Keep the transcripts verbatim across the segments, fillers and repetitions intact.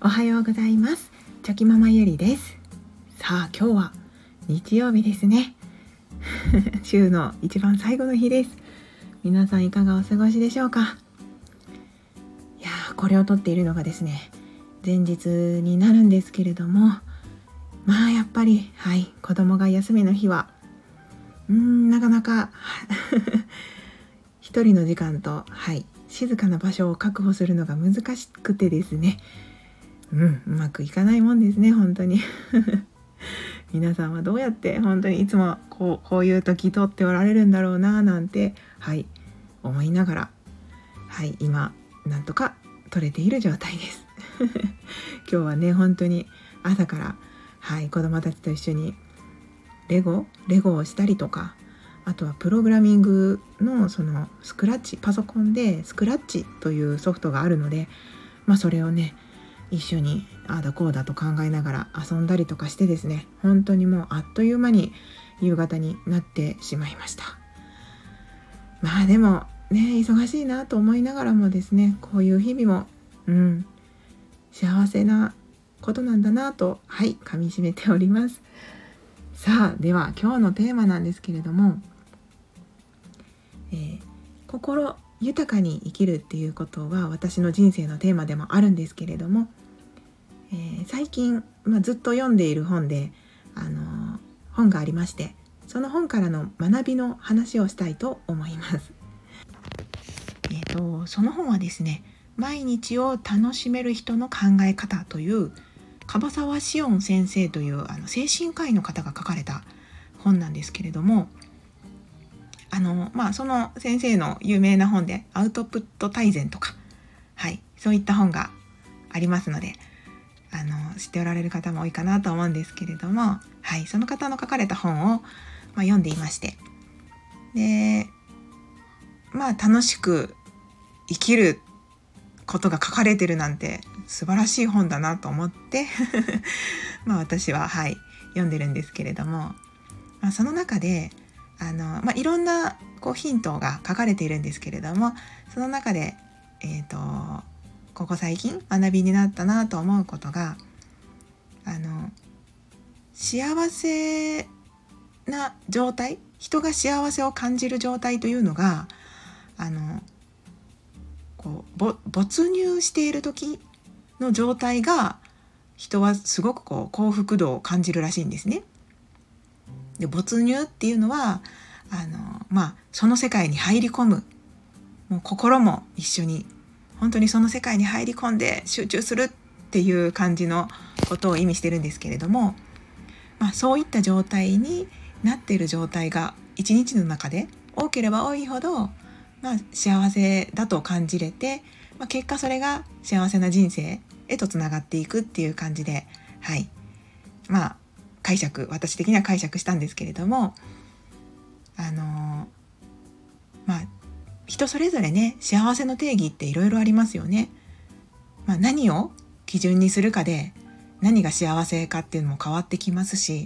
おはようございます。チョキママゆりです。さあ今日は日曜日ですね週の一番最後の日です。皆さんいかがお過ごしでしょうか。いやーこれを撮っているのがですね前日になるんですけれども、まあやっぱりはい子供が休みの日はうーんなかなか一人の時間とはい静かな場所を確保するのが難しくてですね、うん、うまくいかないもんですね本当に皆さんはどうやって本当にいつもこう、こういう時撮っておられるんだろうななんてはい思いながらはい今なんとか撮れている状態です今日はね本当に朝からはい子供たちと一緒にレゴレゴをしたりとか、あとはプログラミングのそのスクラッチパソコンでスクラッチというソフトがあるので、まあそれをね一緒にああだこうだと考えながら遊んだりとかしてですね、本当にもうあっという間に夕方になってしまいました。まあでもね忙しいなと思いながらもですね、こういう日々もうん幸せなことなんだなとはい噛み締めております。さあでは今日のテーマなんですけれども、えー、心豊かに生きるっていうことは私の人生のテーマでもあるんですけれども、えー、最近、まあ、ずっと読んでいる本で、あのー、本がありまして、その本からの学びの話をしたいと思います。えーと、その本はですね、毎日を楽しめる人の考え方という樺沢紫音先生というあの精神科医の方が書かれた本なんですけれども、あのまあその先生の有名な本でアウトプット大全とか、はいそういった本がありますので、あの知っておられる方も多いかなと思うんですけれども、はいその方の書かれた本を、まあ、読んでいまして、でまあ楽しく生きることが書かれてるなんて素晴らしい本だなと思ってまあ私ははい読んでるんですけれども、まあ、その中であの、まあ、いろんなこうヒントが書かれているんですけれども、その中で、えーと、ここ最近学びになったなと思うことが、あの幸せな状態、人が幸せを感じる状態というのがあのこうぼ没入している時の状態が人はすごくこう幸福度を感じるらしいんですね。で没入っていうのはあの、まあ、その世界に入り込む、もう心も一緒に本当にその世界に入り込んで集中するっていう感じのことを意味してるんですけれども、まあ、そういった状態になっている状態が一日の中で多ければ多いほど、まあ、幸せだと感じれて、まあ、結果それが幸せな人生へとつながっていくっていう感じで、はいまあ解釈私的には解釈したんですけれども、あのまあ人それぞれね幸せの定義っていろいろありますよね。まあ、何を基準にするかで何が幸せかっていうのも変わってきますし、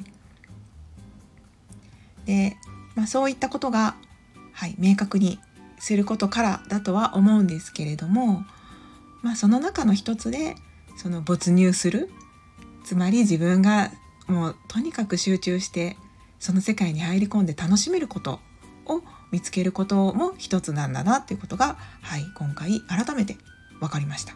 で、まあ、そういったことが、はい、明確にすることからだとは思うんですけれども、まあ、その中の一つでその没入する、つまり自分がもうとにかく集中してその世界に入り込んで楽しめることを見つけることも一つなんだなっていうことが、はい、今回改めて分かりました。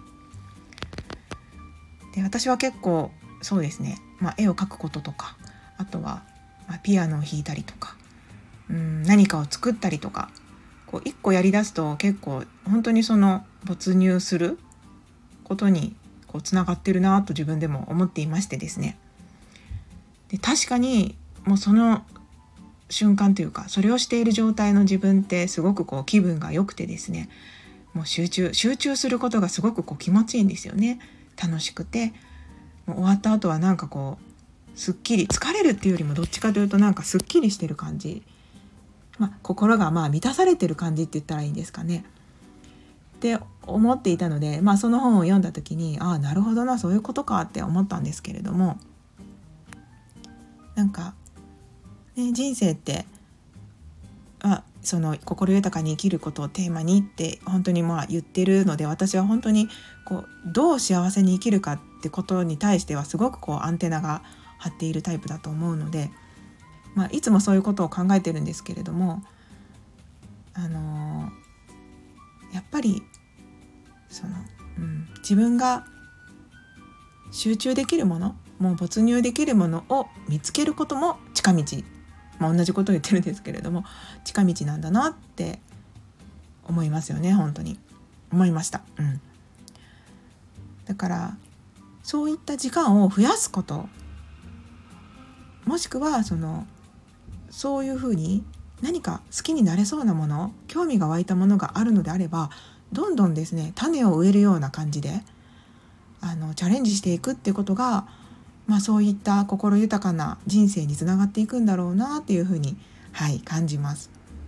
で私は結構そうですね、まあ、絵を描くこととか、あとは、まあ、ピアノを弾いたりとか、うん何かを作ったりとか、こう一個やりだすと結構本当にその没入することにこうつながってるなと自分でも思っていましてですね、で確かにもうその瞬間というかそれをしている状態の自分ってすごくこう気分が良くてですね、もう集中集中することがすごくこう気持ちいいんですよね。楽しくて、もう終わった後はなんかこうすっきり、疲れるっていうよりもどっちかというとなんかすっきりしてる感じ、まあ、心がまあ満たされてる感じって言ったらいいんですかねって思っていたので、まあ、その本を読んだ時にああなるほどな、そういうことかって思ったんですけれども、なんか、ね、人生ってあその心豊かに生きることをテーマにって本当にまあ言ってるので、私は本当にこうどう幸せに生きるかってことに対してはすごくこうアンテナが張っているタイプだと思うので、まあ、いつもそういうことを考えてるんですけれども、あのー、やっぱりその、うん、自分が集中できるもの、もう没入できるものを見つけることも近道、まあ、同じことを言ってるんですけれども近道なんだなって思いますよね。本当に思いました、うん、だからそういった時間を増やすこと、もしくはそのそういうふうに何か好きになれそうなもの、興味が湧いたものがあるのであれば、どんどんですね種を植えるような感じであのチャレンジしていくっていうことが、まあ、そういった心豊かな人生につながっていくんだろうなっていうふうに、はい、感じます。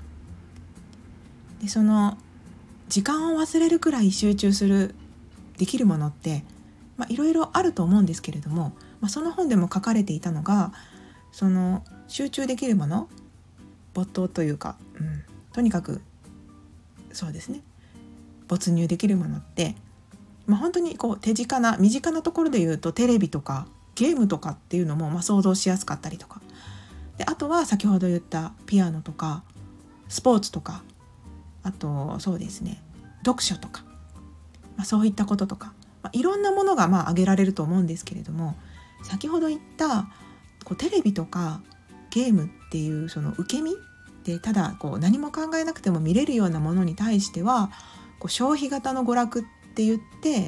でその時間を忘れるくらい集中するできるものってまあ、いろいろあると思うんですけれども、まあ、その本でも書かれていたのが、その集中できるもの、没頭というか、うん、とにかくそうですね、没入できるものって、まあ、本当にこう手近な身近なところで言うとテレビとかゲームとかっていうのもまあ想像しやすかったりとかで、あとは先ほど言ったピアノとかスポーツとか、あとそうですね読書とか、まあ、そういったこととか、まあ、いろんなものがまあ挙げられると思うんですけれども、先ほど言ったこうテレビとかゲームっていうその受け身で、ただこう何も考えなくても見れるようなものに対してはこう消費型の娯楽って言って、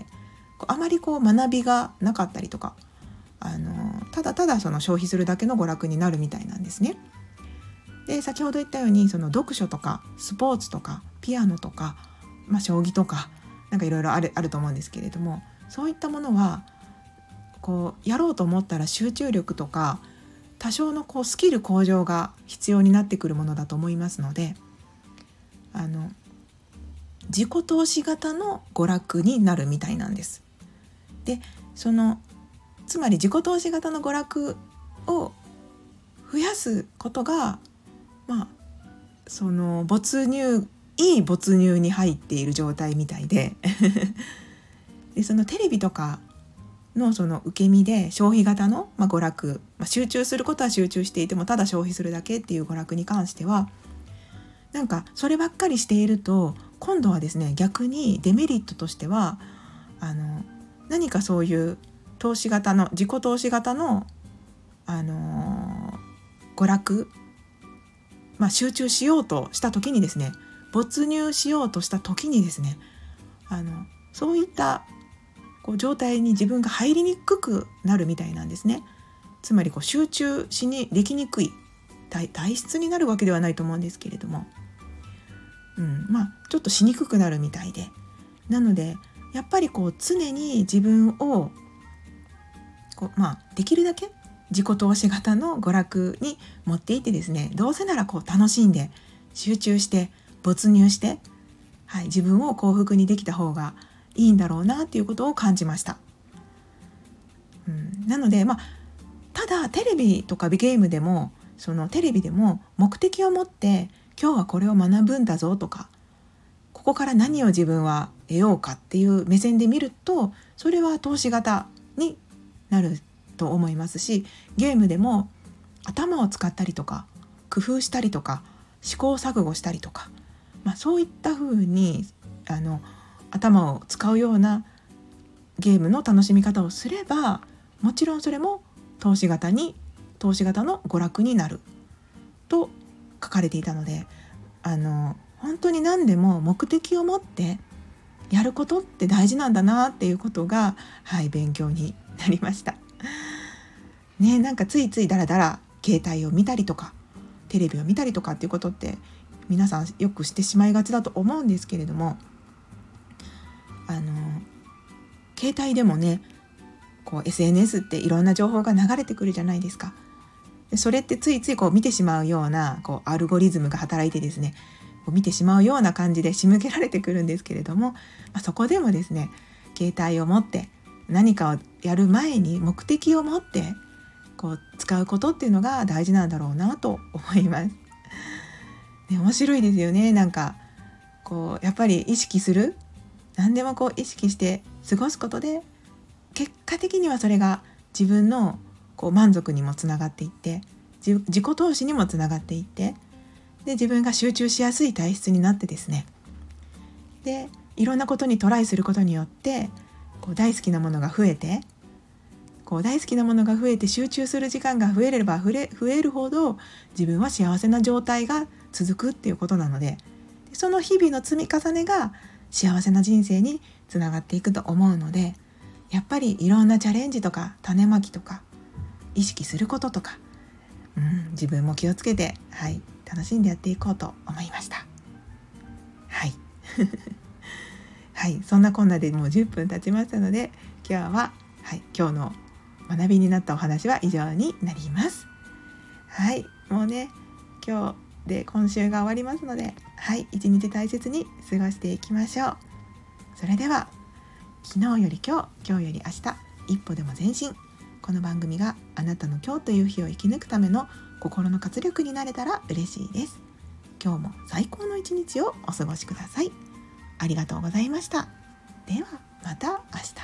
こうあまりこう学びがなかったりとか、あのただただその消費するだけの娯楽になるみたいなんですね。で先ほど言ったようにその読書とかスポーツとかピアノとか、まあ、将棋とかなんかいろいろある、あると思うんですけれども、そういったものはこうやろうと思ったら集中力とか多少のこうスキル向上が必要になってくるものだと思いますので、あの自己投資型の娯楽になるみたいなんです。でそのつまり自己投資型の娯楽を増やすことが、まあその没入いい没入に入っている状態みたいででそのテレビとかのその受け身で消費型の、まあ、娯楽、まあ、集中することは集中していてもただ消費するだけっていう娯楽に関しては、なんかそればっかりしていると今度はですね逆にデメリットとしては、あの何かそういう投資型の自己投資型の、あのー、娯楽、まあ、集中しようとした時にですね、没入しようとした時にですね、あのそういったこう状態に自分が入りにくくなるみたいなんですね。つまりこう集中しにできにくい 体, 体質になるわけではないと思うんですけれども、うん、まあちょっとしにくくなるみたいで、なのでやっぱりこう常に自分をこう、まあ、できるだけ自己投資型の娯楽に持っていってですね、どうせならこう楽しんで集中して没入して、はい、自分を幸福にできた方がいいんだろうなっていうことを感じました。うん、なので、まあ、ただテレビとかゲームでもそのテレビでも目的を持って今日はこれを学ぶんだぞとか、ここから何を自分は得ようかっていう目線で見ると、それは投資型になると思いますし、ゲームでも頭を使ったりとか工夫したりとか試行錯誤したりとか、まあ、そういった風にあの頭を使うようなゲームの楽しみ方をすれば、もちろんそれも投資型に投資型の娯楽になると書かれていたので、あの本当に何でも目的を持ってやることって大事なんだなっていうことが、はい、勉強になりましたね。なんかついついだらだら携帯を見たりとかテレビを見たりとかっていうことって皆さんよくしてしまいがちだと思うんですけれども、あの携帯でもねこう エスエヌエス っていろんな情報が流れてくるじゃないですか。でそれってついついこう見てしまうようなこうアルゴリズムが働いてですね、こう見てしまうような感じで仕向けられてくるんですけれども、まあ、そこでもですね携帯を持って何かをやる前に目的を持ってこう使うことっていうのが大事なんだろうなと思います、ね、面白いですよね。なんかこうやっぱり意識する、何でもこう意識して過ごすことで結果的にはそれが自分のこう満足にもつながっていって、自自己投資にもつながっていって、で自分が集中しやすい体質になってですね、でいろんなことにトライすることによってこう大好きなものが増えて、こう大好きなものが増えて集中する時間が増えれば増え、増えるほど自分は幸せな状態が続くっていうことなので、その日々の積み重ねが幸せな人生につながっていくと思うので、やっぱりいろんなチャレンジとか種まきとか意識することとか、うん、自分も気をつけて、はい、楽しんでやっていこうと思いました。はいはい、そんなこんなでもうじゅっぷん経ちましたので、今日は、はい、今日の学びになったお話は以上になります。はい、もうね今日で今週が終わりますので、はい、一日大切に過ごしていきましょう。それでは昨日より今日、今日より明日、一歩でも前進。この番組があなたの今日という日を生き抜くための心の活力になれたら嬉しいです。今日も最高の一日をお過ごしください。ありがとうございました。ではまた明日。